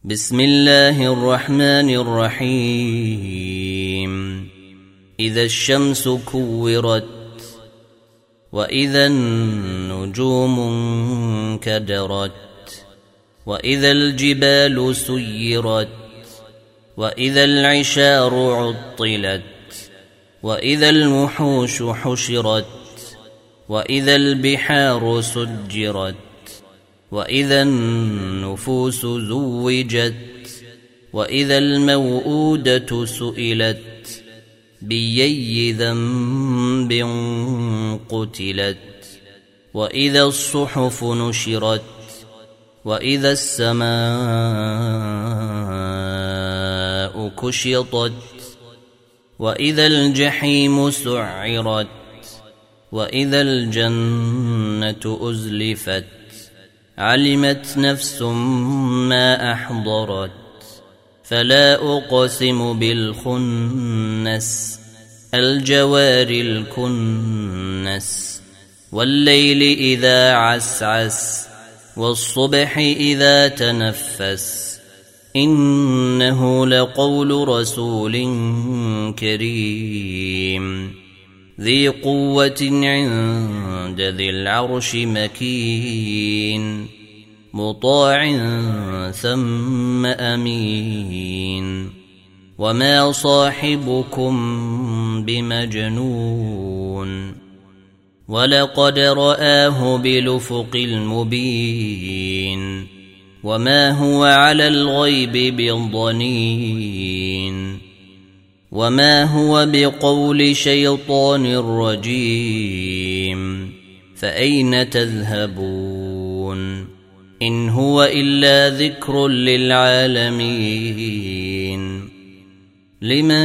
بسم الله الرحمن الرحيم إذا الشمس كورت وإذا النجوم انكدرت وإذا الجبال سيرت وإذا العشار عطلت وإذا الوحوش حشرت وإذا البحار سجرت وإذا النفوس زوجت وإذا الموءودة سئلت بأي ذنب قتلت وإذا الصحف نشرت وإذا السماء كشطت وإذا الجحيم سعرت وإذا الجنة أزلفت علمت نفس ما أحضرت فلا أقسم بالخنس الجوار الكنس والليل إذا عسعس والصبح إذا تنفس إنه لقول رسول كريم ذي قوة عند ذي العرش مكين مطاع ثم أمين وما صاحبكم بمجنون ولقد رآه بالأفق المبين وما هو على الغيب بالضنين وما هو بقول شيطان رجيم فأين تذهبون إن هو إلا ذكر للعالمين لمن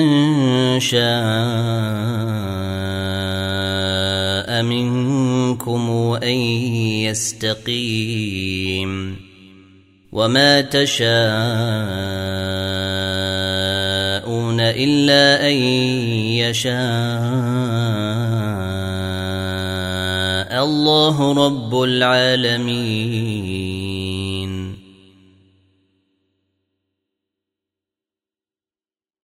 شاء منكم أن يستقيم وما تشاءون إلا أن يشاء الله رب العالمين.